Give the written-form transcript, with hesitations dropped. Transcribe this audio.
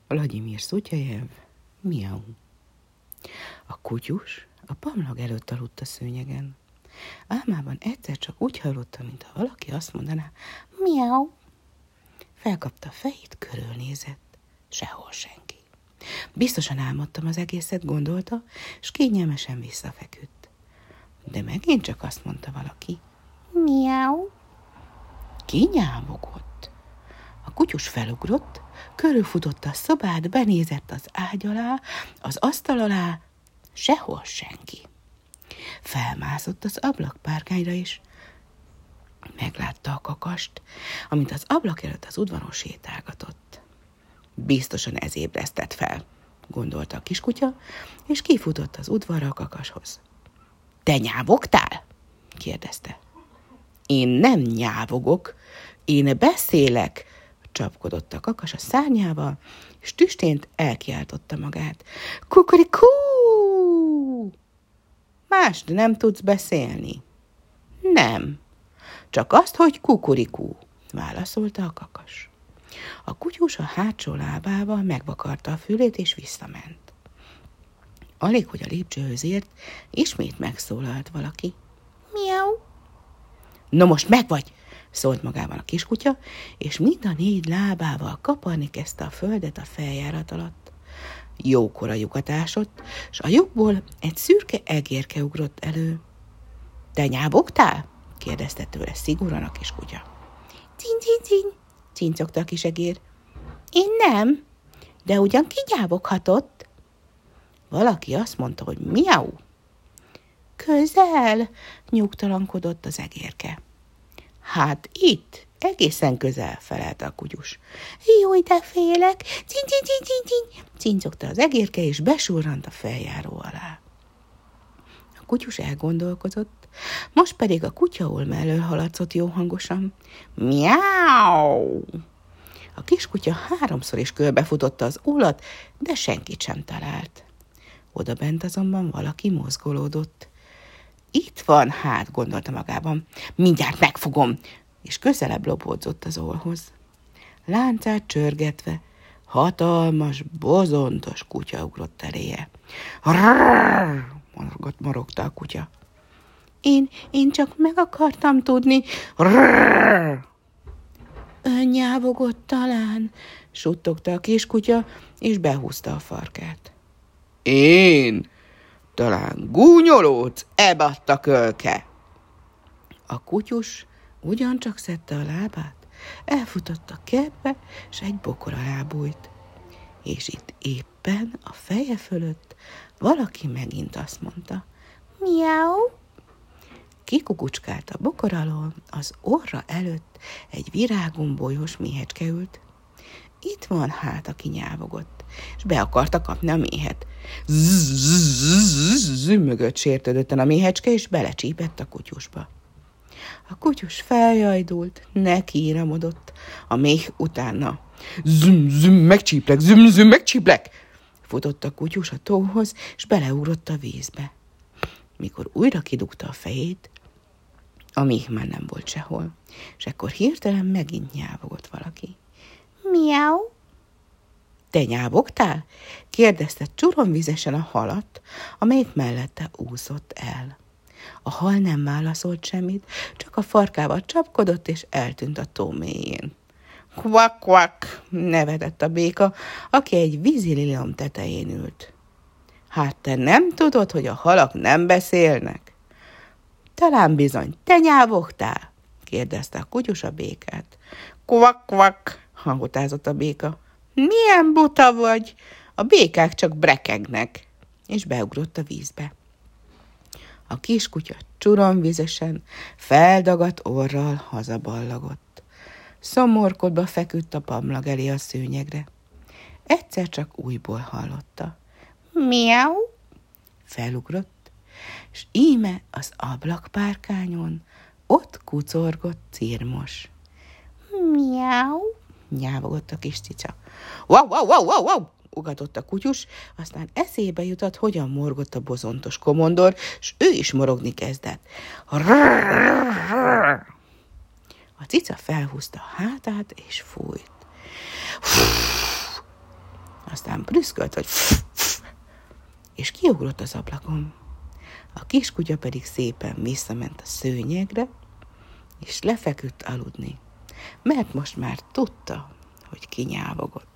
Vladimir Szutyejev, Miau. A kutyus a pamlag előtt aludt a szőnyegen. Álmában egyszer csak úgy hallotta, mintha valaki azt mondaná, miau. Felkapta a fejét, körülnézett, sehol senki. Biztosan álmodtam az egészet, gondolta, és kényelmesen visszafeküdt. De megint csak azt mondta valaki, miau. Kinyávogott. A kutyus felugrott, körülfutotta a szobát, benézett az ágy alá, az asztal alá, sehol senki. Felmászott az ablakpárkányra is. Meglátta a kakast, amint az ablak előtt az udvaron sétálgatott. Biztosan ez ébresztett fel, gondolta a kiskutya, és kifutott az udvarra a kakashoz. Te nyávogtál? Kérdezte. Én nem nyávogok, én beszélek, csapkodott a kakas a szárnyával, és tüstént elkiáltotta magát. Kukurikú! Mást nem tudsz beszélni? Nem, csak azt, hogy kukurikú, válaszolta a kakas. A kutyus a hátsó lábával megvakarta a fülét, és visszament. Alig, hogy a lépcsőhöz ért, ismét megszólalt valaki. Miau! No most megvagy, szólt magában a kiskutya, és mind a 4 lábával kaparni kezdte a földet a feljárat alatt. Jókora lyukat ásott, s a lyukból egy szürke egérke ugrott elő. Te nyávogtál? kérdezte tőle szigorúan a kiskutya. Cin, cin, cin, cincogta a kis egér. Én nem, de ugyan ki nyávoghatott? Valaki azt mondta, hogy miau. Közel, nyugtalankodott az egérke. Hát itt, egészen közel, felelte a kutyus. Júj, de félek, cin, cin, cin, cin, cin, cincogta az egérke, és besurrant a feljáró alá. A kutyus elgondolkozott, most pedig a kutyaul mellől haladszott jó hangosan. Miau! A kiskutya 3-szor is körbefutotta az ólat, de senkit sem talált. Odabent azonban valaki mozgolódott. Itt van, hát, gondolta magában, mindjárt megfogom, és közelebb lopódzott az ólhoz. Láncát csörgetve, hatalmas, bozontos kutya ugrott eléje. Rrrr, morogta a kutya. Én csak meg akartam tudni. Rrrr. Ön nyávogott talán, suttogta a kiskutya, és behúzta a farkát. Én? Talán gúnyolódsz, ebadt a kölke. A kutyus ugyancsak szedte a lábát, elfutott a kertbe, s egy bokor alá bújt. És itt éppen a feje fölött valaki megint azt mondta, miau. Kikukucskált a bokor alól, az orra előtt egy virágombolyos méhecske ült. Itt van hát, aki nyávogott, és be akarta kapni a méhet. Zümmögött sértődötten a méhecske, és belecsípett a kutyusba. A kutyus feljajdult, nekiíramodott, a méh utána. Züm, megcsíplek, züm, megcsíplek! Futott a kutyus a tóhoz, és beleugrott a vízbe. Mikor újra kidugta a fejét, a méh már nem volt sehol, és ekkor hirtelen megint nyávogott valaki. Miau! Te nyávogtál? Kérdezte csuromvizesen a halat, amelyik mellette úszott el. A hal nem válaszolt semmit, csak a farkával csapkodott, és eltűnt a tó mélyén. Kvak, kvak, nevetett a béka, aki egy vízililom tetején ült. Hát te nem tudod, hogy a halak nem beszélnek? Talán bizony, te nyávogtál? Kérdezte a kutyus a békát. Kvak, kvak, hangotázott a béka. Milyen buta vagy? A békák csak brekegnek. És beugrott a vízbe. A kiskutya csuromvizesen, feldagadt orral hazaballagott. Szomorkodva feküdt a pamlag elé a szőnyegre. Egyszer csak újból hallotta. Miau! Felugrott, és íme az ablakpárkányon ott kucorgott Cirmos. Miau! Nyávogott a kis cica. Wow, wow, wow, wow, wow! Ugatott a kutyus, aztán eszébe jutott, hogyan morgott a bozontos komondor, s ő is morogni kezdett. A cica felhúzta a hátát, és fújt. aztán prüszkölt, hogy és kiugrott az ablakon. A kiskutya pedig szépen visszament a szőnyegre, és lefeküdt aludni, mert most már tudta, hogy kinyávogott.